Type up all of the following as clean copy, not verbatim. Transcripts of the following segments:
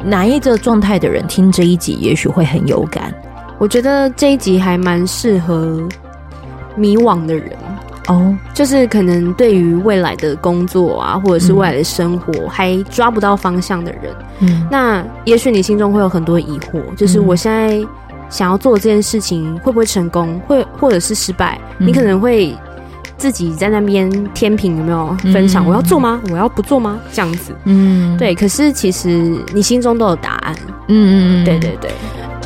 哪一个状态的人听这一集也许会很有感？ 我觉得这一集还蛮适合迷惘的人哦， 就是可能对于未来的工作啊，或者是未来的生活还抓不到方向的人，那也许你心中会有很多疑惑，就是我现在想要做这件事情会不会成功，会或者是失败，你可能会自己在那边天平有没有分享，我要做吗？我要不做吗？这样子，对。可是其实你心中都有答案，对对对。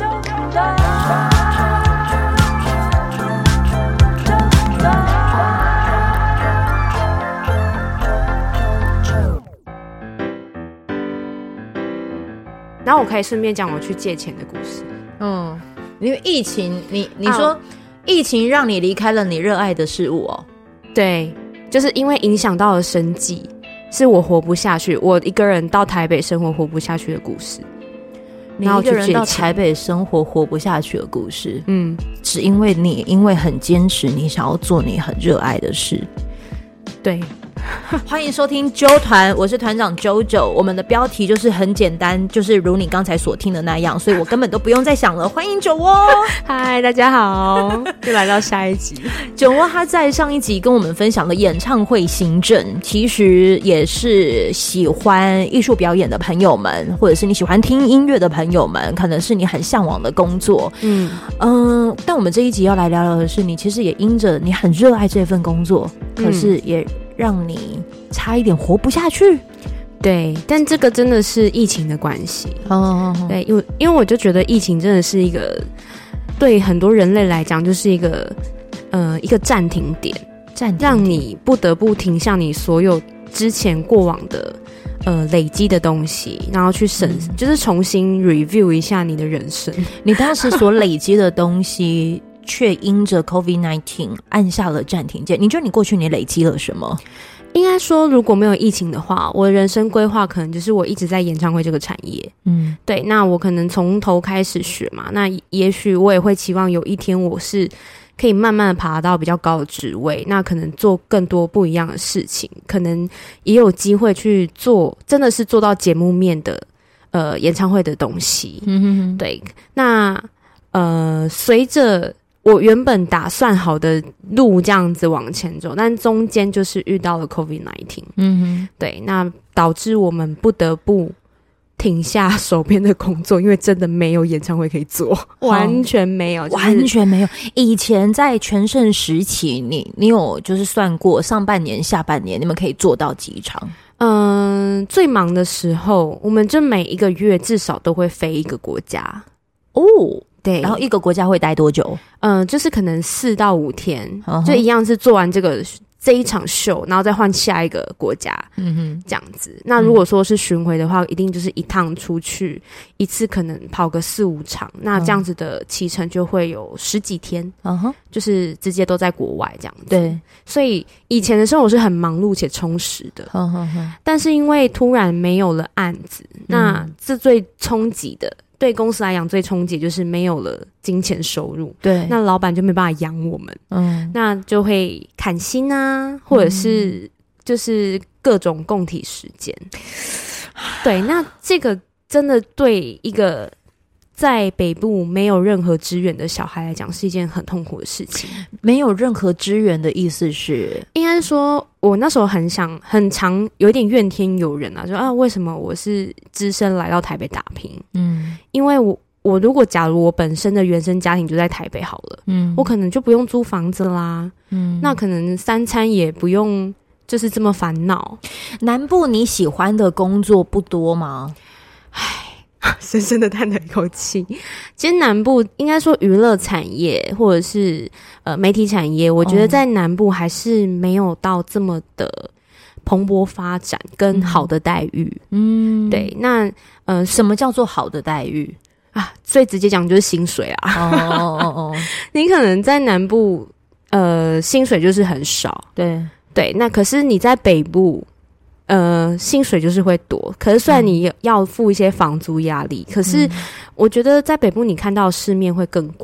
然后我可以顺便讲我去借钱的故事。 因为疫情，你说疫情让你离开了你热爱的事物哦。 对，就是因为影响到了生计，是我活不下去，我一个人到台北生活活不下去的故事。 你一个人到台北生活活不下去的故事，只因为你很坚持，你想要做你很热爱的事。 对。 欢迎收听啾团，我是团长啾啾。我们的标题就是很简单，就是如你刚才所听的那样，所以我根本都不用再想了。欢迎酒窝， 嗨，大家好，又来到下一集。 酒窝他在上一集跟我们分享了演唱会行政，其实也是喜欢艺术表演的朋友们，或者是你喜欢听音乐的朋友们，可能是你很向往的工作。但我们这一集要来聊聊的是，你其实也因着你很热爱这份工作，可是也让你差一点活不下去。 对，但这个真的是疫情的关系。对，因为我就觉得疫情真的是一个对很多人类来讲就是一个暂停点，让你不得不停下你所有之前过往的累积的东西，然后去就是重新 review 一下你的人生。 你当时所累积的东西却因着 COVID-19 按下了暂停键。你觉得你过去你累积了什么？ 应该说如果没有疫情的话，我的人生规划可能就是我一直在演唱会这个产业。对，那我可能从头开始学嘛，那也许我也会期望有一天我是可以慢慢的爬到比较高的职位，那可能做更多不一样的事情，可能也有机会去做真的是做到节目面的演唱会的东西。对，那随着我原本打算好的路这样子往前走，但中间就是遇到了 COVID-19。对，那导致我们不得不停下手边的工作，因为真的没有演唱会可以做，完全没有， 完全没有。以前在全盛时期，你有就是算过上半年、下半年你们可以做到几场？ 最忙的时候，我们就每一个月至少都会飞一个国家。对， 然后一个国家会待多久？ 就是可能4到5天，就一样是做完这一场秀，然后再换下一个国家，这样子。那如果说是巡回的话，一定就是一趟出去，一次可能跑个4、5场，那这样子的期程就会有10几天，就是直接都在国外这样子。对，所以以前的生活是很忙碌且充实的，但是因为突然没有了案子，那这最冲击的。对公司来讲最冲击就是没有了金钱收入，对，那老板就没办法养我们，那就会砍薪啊，或者是就是各种共体时间。对，那这个真的对一个在北部没有任何支援的小孩来讲是一件很痛苦的事情。 没有任何支援的意思是， 应该说我那时候很常有一点怨天尤人啊，说为什么我是只身来到台北打拼？因为我如果假如我本身的原生家庭就在台北好了，我可能就不用租房子啦，那可能3餐也不用就是这么烦恼。 南部你喜欢的工作不多吗？ 深深的叹了一口气。其实南部应该说娱乐产业或者是媒体产业，我觉得在南部还是没有到这么的蓬勃发展跟好的待遇。对，那什么叫做好的待遇啊？最直接讲就是薪水啊。你可能在南部薪水就是很少，对，那可是你在北部薪水就是会多，可是虽然你要付一些房租压力，可是我觉得在北部你看到的世面会更广。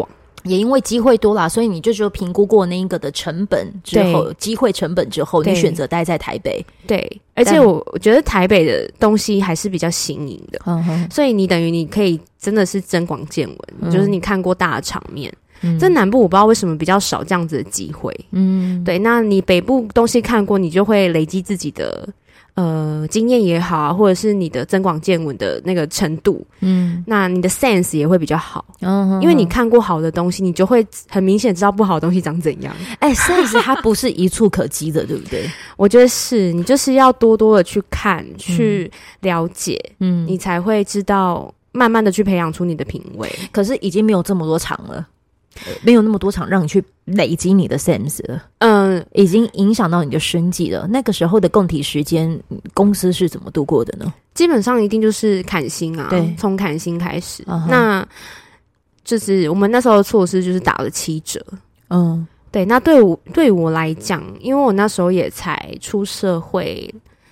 也因为机会多啦，所以你就评估过那一个的成本之后，机会成本之后，你选择待在台北。 对，而且我觉得台北的东西还是比较新颖的，所以你等于你可以真的是增广见闻，就是你看过大的场面。在南部我不知道为什么比较少这样子的机会。对，那你北部东西看过，你就会累积自己的经验也好啊，或者是你的增广见闻的那个程度，那你的 sense 也会比较好，因为你看过好的东西，你就会很明显知道不好的东西长怎样。 sense 它不是一触可及的，对不对？ 我觉得是，你就是要多多的去看，去了解，你才会知道，慢慢的去培养出你的品味。 可是已经没有这么多场了。没有那么多场让你去累积你的 sense 了，已经影响到你的生计了。那个时候的共体时间，公司是怎么度过的呢？ 基本上一定就是砍薪啊， 对， 从砍薪开始。那就是我们那时候的措施就是打了7折。对，那对我来讲，因为我那时候也才出社会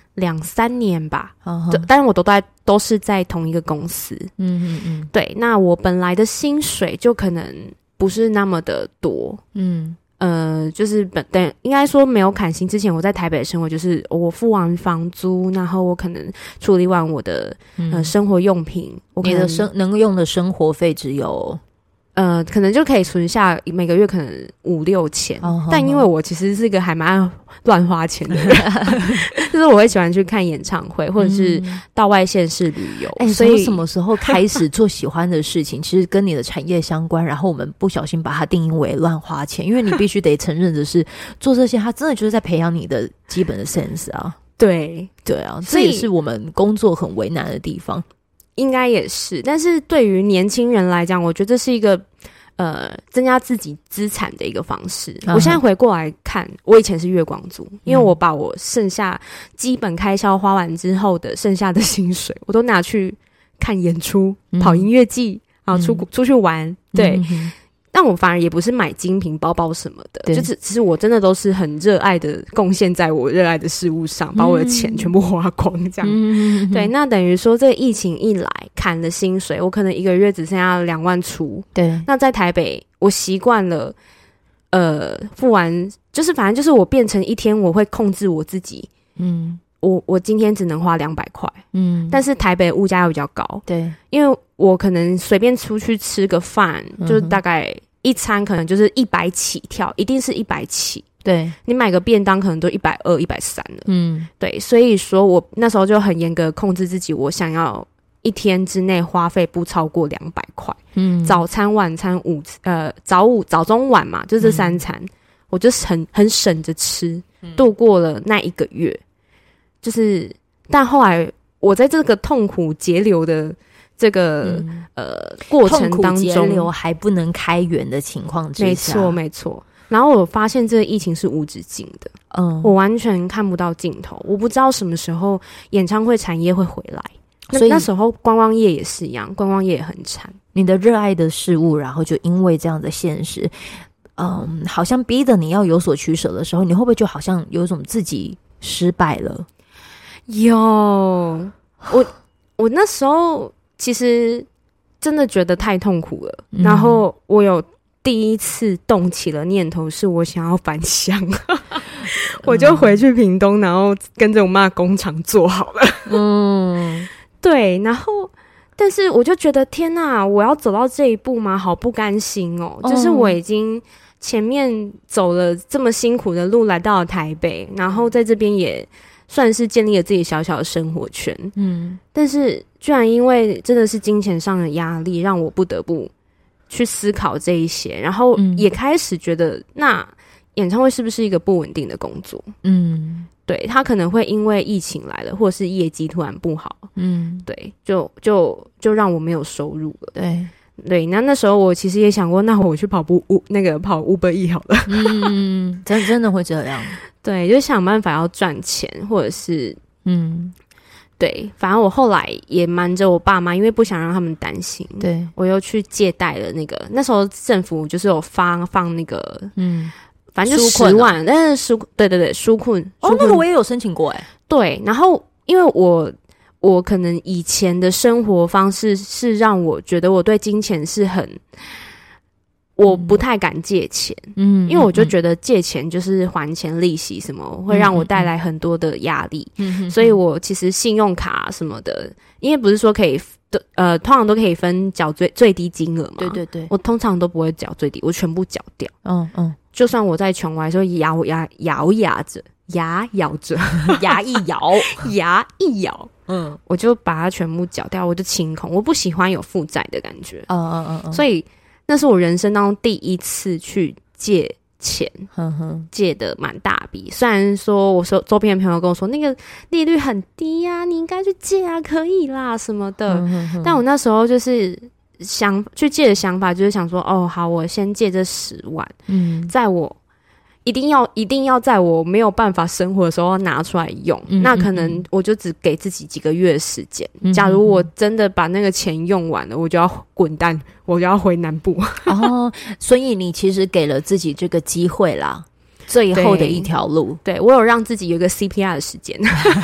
2-3年吧，但是我都是在同一个公司。对，那我本来的薪水就可能不是那么的多，就是应该说没有砍薪之前，我在台北的生活就是我付完房租，然后我可能处理完我的生活用品，我你的能用的生活费只有可能就可以存下每个月可能5-6千，但因为我其实是一个还蛮爱乱花钱的人，就是我会喜欢去看演唱会或者是到外县市旅游。 所以什么时候开始做喜欢的事情，其实跟你的产业相关，然后我们不小心把它定义为乱花钱，因为你必须得承认的是，做这些它真的就是在培养你的基本的 sense 啊。 对啊，这也是我们工作很为难的地方。 应该也是，但是对于年轻人来讲，我觉得这是一个增加自己资产的一个方式。我现在回过来看，我以前是月光族，因为我把我剩下基本开销花完之后的剩下的薪水，我都拿去看演出、跑音乐季，然后出去玩。对，但我反而也不是买精品包包什么的，就只是我真的都是很热爱的贡献在我热爱的事物上，把我的钱全部花光这样。对，那等于说这个疫情一来，砍了薪水，我可能一个月只剩下2万出。 对， 那在台北，我习惯了，付完就是反正就是我变成一天我会控制我自己，我今天只能花200块，但是台北物价又比较高， 对， 因为我可能随便出去吃个饭，就是大概一餐可能就是100起跳，一定是100起。 对， 你买个便当可能都120、130了。对，所以说我那时候就很严格控制自己，我想要一天之内花费不超过200块。早餐、晚餐、早午、早中晚嘛，就这3餐，我就很省着吃，度过了那1个月。就是，但后来我在这个痛苦节流的这个过程当中，痛苦节流还不能开源的情况之下， 没错。然后我发现这个疫情是无止境的，我完全看不到尽头，我不知道什么时候演唱会产业会回来。所以那时候观光业也是一样，观光业也很惨。 你的热爱的事物，然后就因为这样的现实，好像逼得你要有所取舍的时候，你会不会就好像有一种自己失败了？ 有，我那时候其实真的觉得太痛苦了，然后我有第一次动起了念头，是我想要返乡，我就回去屏东，然后跟着我妈工厂做好了。对，然后但是我就觉得天哪，我要走到这一步吗？好不甘心哦！就是我已经前面走了这么辛苦的路来到了台北，然后在这边也算是建立了自己小小的生活圈。但是居然因为真的是金钱上的压力，让我不得不去思考这一些，然后也开始觉得那演唱会是不是一个不稳定的工作？对，他可能会因为疫情来了，或者是业绩突然不好，对，就让我没有收入了。对，那时候我其实也想过，那我去跑Uber E 好了。 真的会这样。 对，就想办法要赚钱，或者是对，反正我后来也瞒着我爸妈，因为不想让他们担心。 对， 我又去借贷了那时候政府就是有放那个反正就10万，但是对纾困那个我也有申请过对，然后因为我可能以前的生活方式是让我觉得我对金钱是很我不太敢借钱，因为我就觉得借钱就是还钱利息什么，会让我带来很多的压力，所以我其实信用卡什么的，因为不是说可以通常都可以分缴最低金额嘛，对对对，我通常都不会缴最低，我全部缴掉，就算我在穷，我还是会牙咬着牙一咬，我就把它全部缴掉，我就清空，我不喜欢有负债的感觉，所以那是我人生当中第一次去借钱，借的蛮大笔。虽然说我周边的朋友跟我说那个利率很低啊，你应该去借啊，可以啦什么的，但我那时候就是去借的想法就是想说，哦，好，我先借这10万，在我一定要在我没有办法生活的时候拿出来用，那可能我就只给自己几个月的时间，假如我真的把那个钱用完了，我就要滚蛋，我就要回南部。 所以你其实给了自己这个机会啦，最后的一条路。 对，我有让自己有一个 CPR 的时间。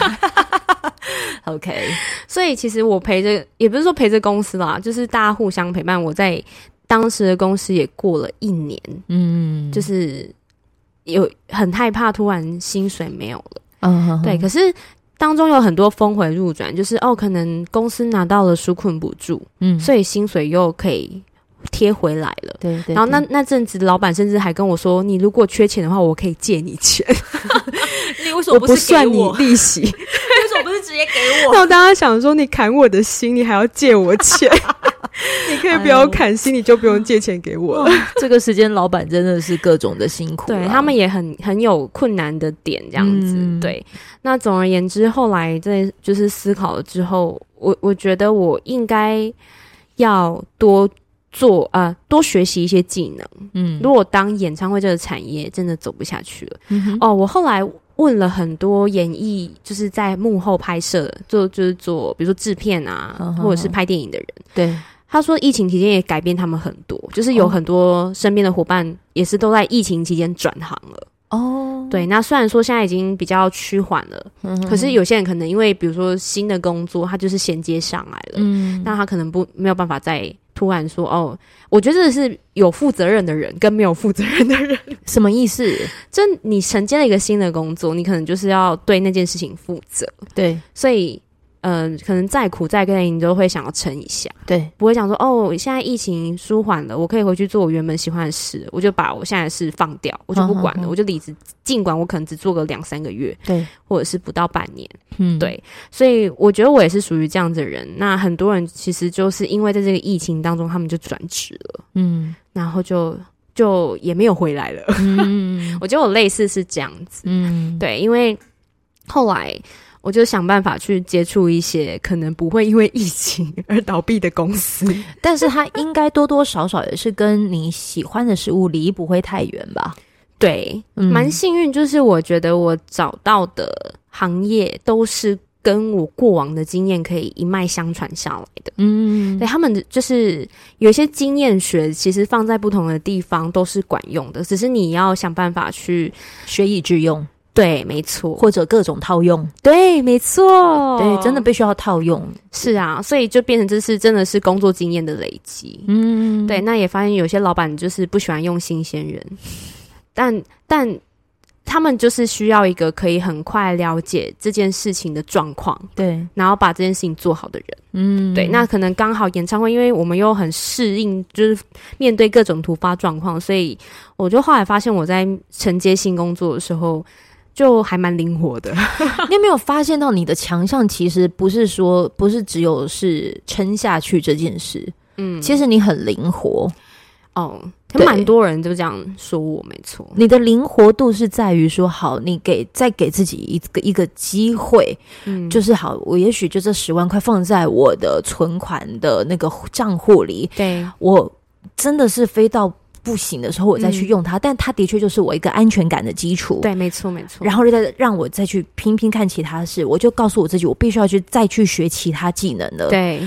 OK， 所以其实我陪着，也不是说陪着公司啦，就是大家互相陪伴。我在当时的公司也过了1年，就是有很害怕突然薪水没有了，对，可是当中有很多峰回路转，就是可能公司拿到了纾困补助，所以薪水又可以贴回来了，对，然后那阵子老板甚至还跟我说，你如果缺钱的话我可以借你钱。 你为什么不是给我？ 我不算你利息。 为什么不是直接给我？ 然后大家想说，你砍我的心你还要借我钱。你可以不要砍心，你就不用借钱给我了。 这个时间老板真的是各种的辛苦， 对，他们也很有困难的点这样子，对。那总而言之，后来在就是思考了之后，我觉得我应该要多学习一些技能，如果当演唱会这个产业真的走不下去了，我后来问了很多演艺就是在幕后拍摄就是做比如说制片啊，或者是拍电影的人，对，他说疫情期间也改变他们很多，就是有很多身边的伙伴也是都在疫情期间转行了，对，那虽然说现在已经比较趋缓了，可是有些人可能因为比如说新的工作他就是衔接上来了，那他可能没有办法再突然说我觉得这是有负责任的人跟没有负责任的人。 什么意思？ 就你承接了一个新的工作，你可能就是要对那件事情负责，对，所以可能再苦再累你都会想要撑一下，对，不会想说现在疫情舒缓了，我可以回去做我原本喜欢的事，我就把我现在的事放掉，我就不管了，我就离职，尽管我可能只做个2-3个月，对，或者是不到半年，对，所以我觉得我也是属于这样子的人。那很多人其实就是因为在这个疫情当中他们就转职了，然后就也没有回来了，我觉得我类似是这样子，对，因为后来我就想办法去接触一些可能不会因为疫情而倒闭的公司， 但是它应该多多少少也是跟你喜欢的事物离不会太远吧？ 对，蛮幸运，就是我觉得我找到的行业都是跟我过往的经验可以一脉相传下来的，对，他们就是有一些经验学其实放在不同的地方都是管用的，只是你要想办法去学以致用。 对，没错， 或者各种套用。 对，没错， 对，真的必须要套用。 是啊，所以就变成这是真的是工作经验的累积。对，那也发现有些老板就是不喜欢用新鲜人，但他们就是需要一个可以很快了解这件事情的状况，对，然后把这件事情做好的人。对，那可能刚好演唱会，因为我们又很适应，就是面对各种突发状况，所以我就后来发现我在承接新工作的时候就还蛮灵活的。 你有没有发现到你的强项其实不是只有是撑下去这件事，其实你很灵活。 蛮多人就这样说我，没错。 你的灵活度是在于说，好，你再给自己一个机会，就是好，我也许就这10万块放在我的存款的那个账户里，对，我真的是飞到不行的时候我再去用它，但它的确就是我一个安全感的基础。 对，没错没错。 然后再让我再去拼看其他事，我就告诉我自己，我必须要再去学其他技能了。对，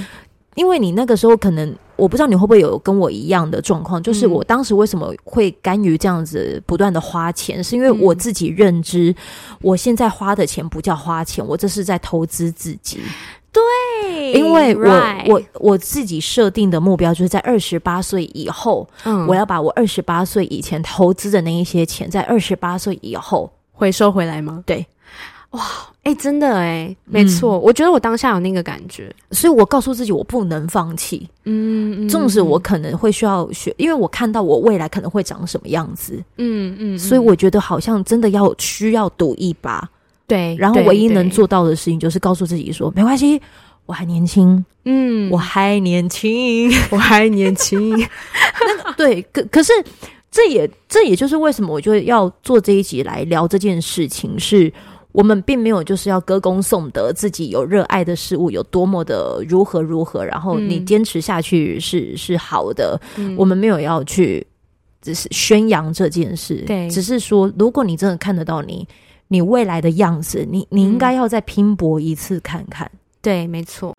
因为你那个时候可能我不知道你会不会有跟我一样的状况，就是我当时为什么会甘于这样子不断的花钱，是因为我自己认知我现在花的钱不叫花钱，我这是在投资自己。 对， 因为我自己设定的目标就是在28岁以后，我要把我28岁以前投资的那一些钱在28岁以后回收回来吗？ 对。 哇，真的没错，我觉得我当下有那个感觉， 所以我告诉自己我不能放弃。纵使我可能会需要学，因为我看到我未来可能会长什么样子。所以我觉得好像真的需要赌一把。 对， 然后唯一能做到的事情就是告诉自己说，没关系，我还年轻。我还年轻， 我还年轻。 对，可是这也就是为什么我觉得要做这一集来聊这件事情，是我们并没有就是要歌功颂德自己有热爱的事物有多么的如何，然后你坚持下去是好的。我们没有要去只是宣扬这件事，对，只是说如果你真的看得到你未来的样子，你应该要再拼搏一次看看。 对，没错。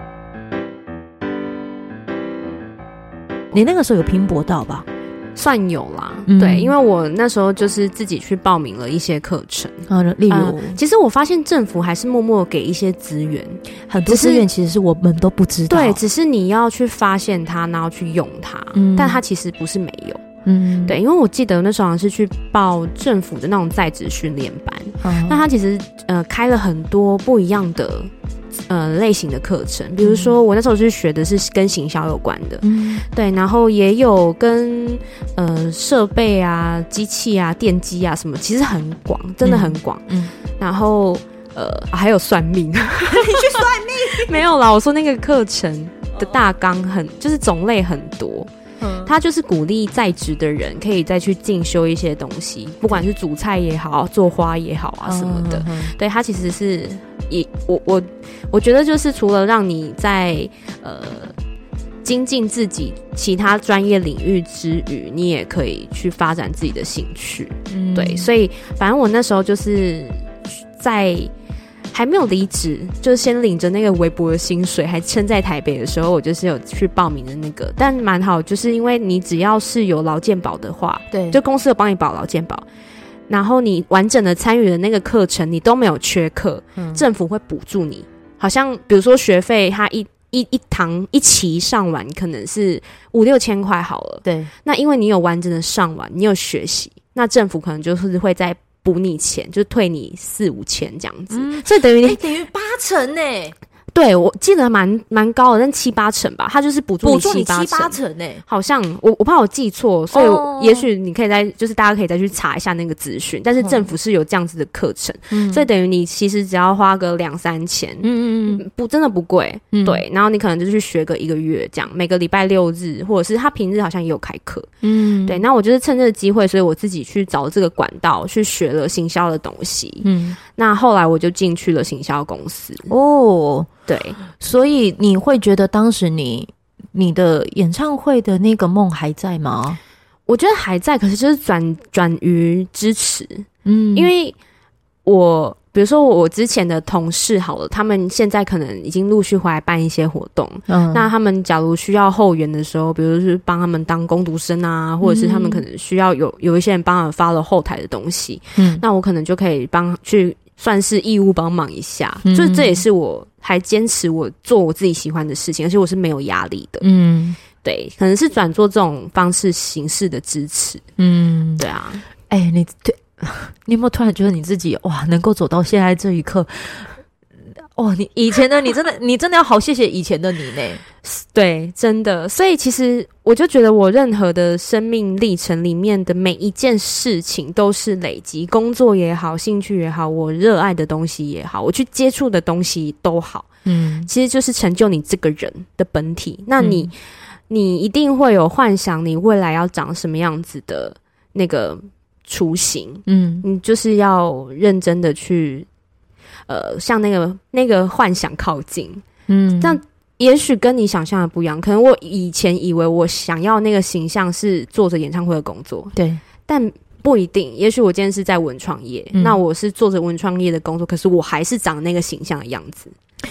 你那个时候有拼搏到吧？ 算有啦，对，因为我那时候就是自己去报名了一些课程， 例如， 其实我发现政府还是默默给一些资源， 很多资源其实是我们都不知道， 对，只是你要去发现它，然后去用它，但它其实不是没有。对，因为我记得那时候好像是去报政府的那种在职训练班，那它其实开了很多不一样的类型的课程，比如说我那时候去学的是跟行销有关的，对，然后也有跟设备啊、机器啊、电机啊什么，其实很广，真的很广。然后还有算命，你去算命？ 没有啦，我说那个课程的大纲就是种类很多。他就是鼓励在职的人可以再去进修一些东西，不管是煮菜也好，做花也好啊什么的。对，他其实是我觉得就是除了让你在精进自己其他专业领域之余，你也可以去发展自己的兴趣。对，所以反正我那时候就是在还没有离职，就是先领着那个微薄的薪水，还撑在台北的时候，我就是有去报名的那个，但蛮好，就是因为你只要是有劳健保的话，对，就公司有帮你保劳健保，然后你完整的参与的那个课程，你都没有缺课，政府会补助你，好像比如说学费，它一堂一期上完可能是5-6千块好了，对，那因为你有完整的上完，你有学习，那政府可能就是会在补你钱，就退你4-5千这样子，所以等于等于80%呢。 对，我记得蛮高的，但7-8成吧，他就是补助你7-8成好像我怕我记错，所以也许你可以就是大家可以再去查一下那个资讯，但是政府是有这样子的课程，所以等于你其实只要花个2-3千，真的不贵，对，然后你可能就去学个1个月这样，每个礼拜6日，或者是他平日好像也有开课，对，那我就是趁这个机会，所以我自己去找这个管道去学了行销的东西，那后来我就进去了行销公司对， 所以你会觉得当时你的演唱会的那个梦还在吗？ 我觉得还在，可是就是转于支持，因为比如说我之前的同事好了，他们现在可能已经陆续回来办一些活动，那他们假如需要后援的时候，比如是帮他们当工读生啊，或者是他们可能需要有一些人帮他们发了后台的东西，那我可能就可以去算是义务帮忙一下，就是这也是我还坚持我做我自己喜欢的事情，而且我是没有压力的，对，可能是转做这种方式形式的支持，对啊， 你有没有突然觉得你自己哇，能够走到现在这一刻？哦，你以前的你真的要好谢谢以前的你呢。 对，真的。所以其实我就觉得我任何的生命历程里面的每一件事情都是累积，工作也好，兴趣也好，我热爱的东西也好，我去接触的东西都好，其实就是成就你这个人的本体。那你一定会有幻想你未来要长什么样子的那个雏形，你就是要认真的去向那个幻想靠近，但也许跟你想象的不一样，可能我以前以为我想要那个形象是做着演唱会的工作，对，但不一定，也许我今天是在文创业，那我是做着文创业的工作，可是我还是长那个形象的样子。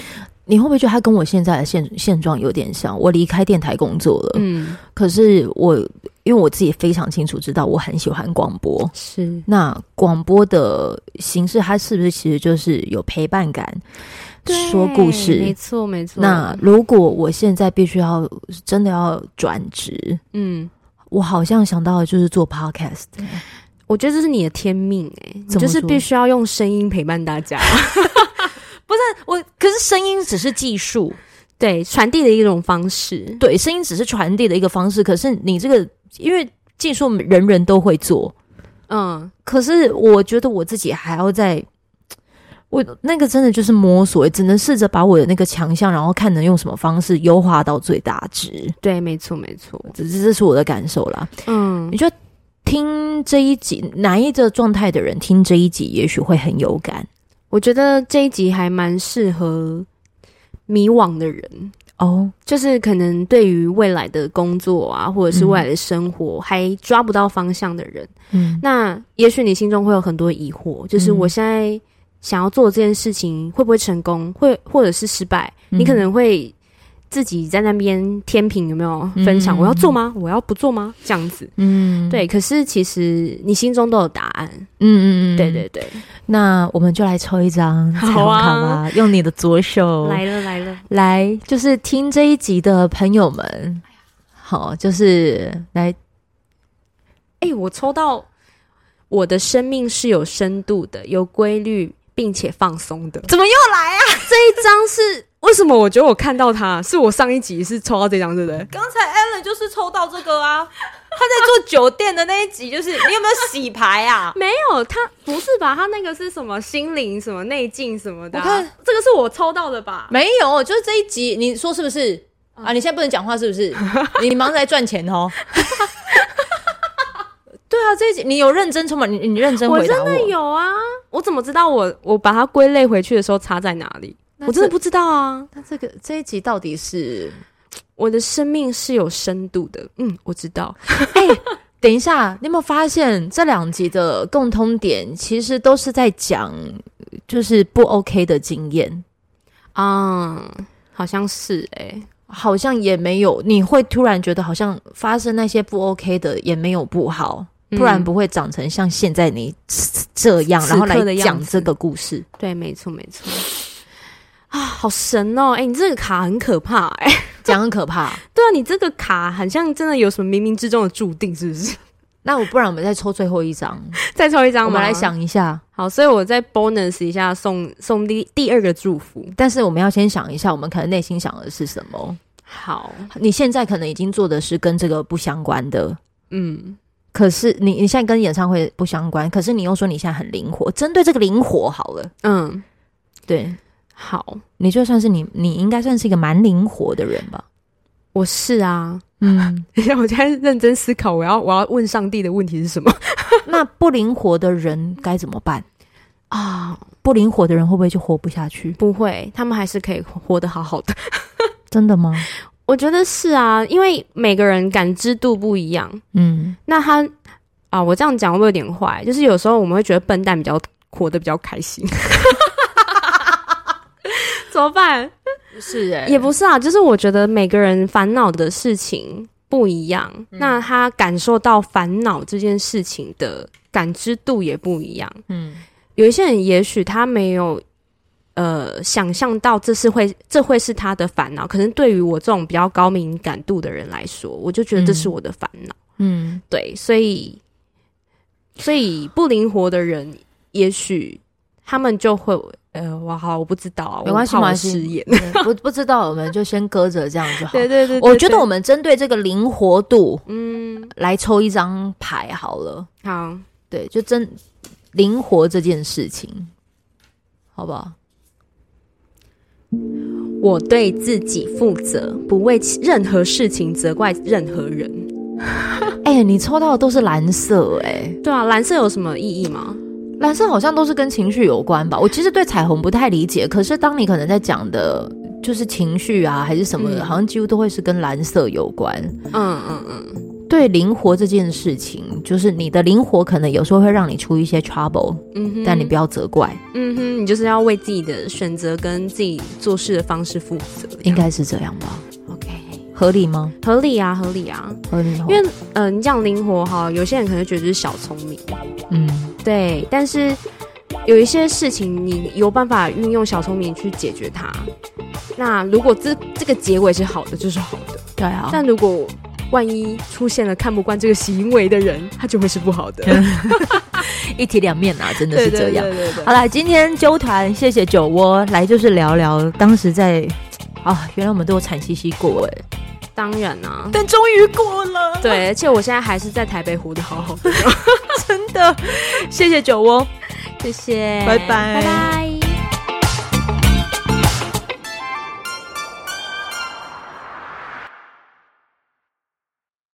你会不会觉得他跟我现在的现状有点像？我离开电台工作了，可是因为我自己非常清楚知道我很喜欢广播， 是那广播的形式，它是不是其实就是有陪伴感，说故事？ 没错没错。 那如果我现在必须要真的要转职，我好像想到的就是做 podcast。 我觉得这是你的天命你就是必须要用声音陪伴大家。 不是可是声音只是技术， 对，传递的一种方式， 对，声音只是传递的一个方式。可是你这个，因为技术人人都会做，可是我觉得我自己还要我那个真的就是摸索，只能试着把我的那个强项，然后看能用什么方式优化到最大值。 对，没错没错， 这是我的感受啦。你觉得听这一集哪一个状态的人听这一集也许会很有感？ 我觉得这一集还蛮适合迷惘的人就是可能对于未来的工作啊，或者是未来的生活还抓不到方向的人，那也许你心中会有很多疑惑，就是我现在想要做这件事情会不会成功，或者是失败，你可能会自己在那边天平有没有分享，我要做吗？我要不做吗？这样子，对。可是其实你心中都有答案，对对对。 那我们就来抽一张彩虹卡吧，用你的左手。 来了， 来，就是听这一集的朋友们，好，就是来。 我抽到我的生命是有深度的，有规律，并且放松的。怎么又来啊？这一张是。为什么我觉得我看到他是我上一集是抽到这张对不对？ 刚才 Alan 就是抽到这个啊，他在做酒店的那一集，就是你有没有洗牌啊？ 没有，他不是吧？他那个是什么心灵什么内境什么的我看这个是我抽到的吧？ 没有，就是这一集你说是不是啊？你现在不能讲话是不是？你忙着来赚钱哦。对啊，这一集你有认真抽吗？你认真回答我。 我真的有啊，我怎么知道我把它归类回去的时候插在哪里？我真的不知道啊。 那这一集到底是我的生命是有深度的？我知道。 等一下，你有没有发现这两集的共通点其实都是在讲就是不 OK 的经验好像是好像也没有，你会突然觉得好像发生那些不 OK 的也没有不好，不然不会长成像现在你这样，然后来讲这个故事。 对，没错没错。好神哦！你这个卡很可怕讲很可怕。 对啊，你这个卡很像真的有什么冥冥之中的注定，是不是？ 那不然我们再抽最后一张， 再抽一张吗？ 我们来想一下。 好，所以我再 bonus 一下，送第二个祝福。 但是我们要先想一下，我们可能内心想的是什么。 好， 你现在可能已经做的是跟这个不相关的，可是你现在跟演唱会不相关，可是你又说你现在很灵活，针对这个灵活好了，对。 好， 你就算是你应该算是一个蛮灵活的人吧？ 我是啊，我现在认真思考，我要问上帝的问题是什么？ 那不灵活的人该怎么办啊？不灵活的人会不会就活不下去？ 不会，他们还是可以活得好好的。 真的吗？ 我觉得是啊，因为每个人感知度不一样。那他我这样讲会不会有点坏？就是有时候我们会觉得笨蛋活得比较开心。怎么办？ 是也不是啊，就是我觉得每个人烦恼的事情不一样，那他感受到烦恼这件事情的感知度也不一样。有一些人也许他没有想象到这会是他的烦恼，可能对于我这种比较高敏感度的人来说，我就觉得这是我的烦恼。对，所以不灵活的人，也许他们就会我不知道啊， 没关系， 我失言， 不知道，我们就先搁着这样就好。 对， 我觉得我们针对这个灵活度，来抽一张牌好了。 好， 对，就灵活这件事情，好不好？ 我对自己负责，不为任何事情责怪任何人。 你抽到的都是蓝色对啊，蓝色有什么意义吗？ 蓝色好像都是跟情绪有关吧。我其实对彩虹不太理解，可是当你可能在讲的就是情绪啊还是什么的，好像几乎都会是跟蓝色有关。 对灵活这件事情，就是你的灵活可能有时候会让你出一些 trouble，但你不要责怪， 你就是要为自己的选择跟自己做事的方式负责， 应该是这样吧 ？OK， 合理吗？ 合理啊。因为你这样灵活哈，有些人可能觉得是小聪明，对，但是有一些事情你有办法运用小聪明去解决它。那如果这个结尾是好的，就是好的， 对啊。 但如果万一出现了看不惯这个行为的人，他就会是不好的。 一体两面啊，真的是这样。 对。 好啦，今天纠团，谢谢酒窝来，就是聊聊当时在原来我们都有惨兮兮过哎。 当然啊， 但终于过了。 对，而且我现在还是在台北活得好好的， 真的。谢谢酒窝， 谢谢， 拜拜， 拜拜。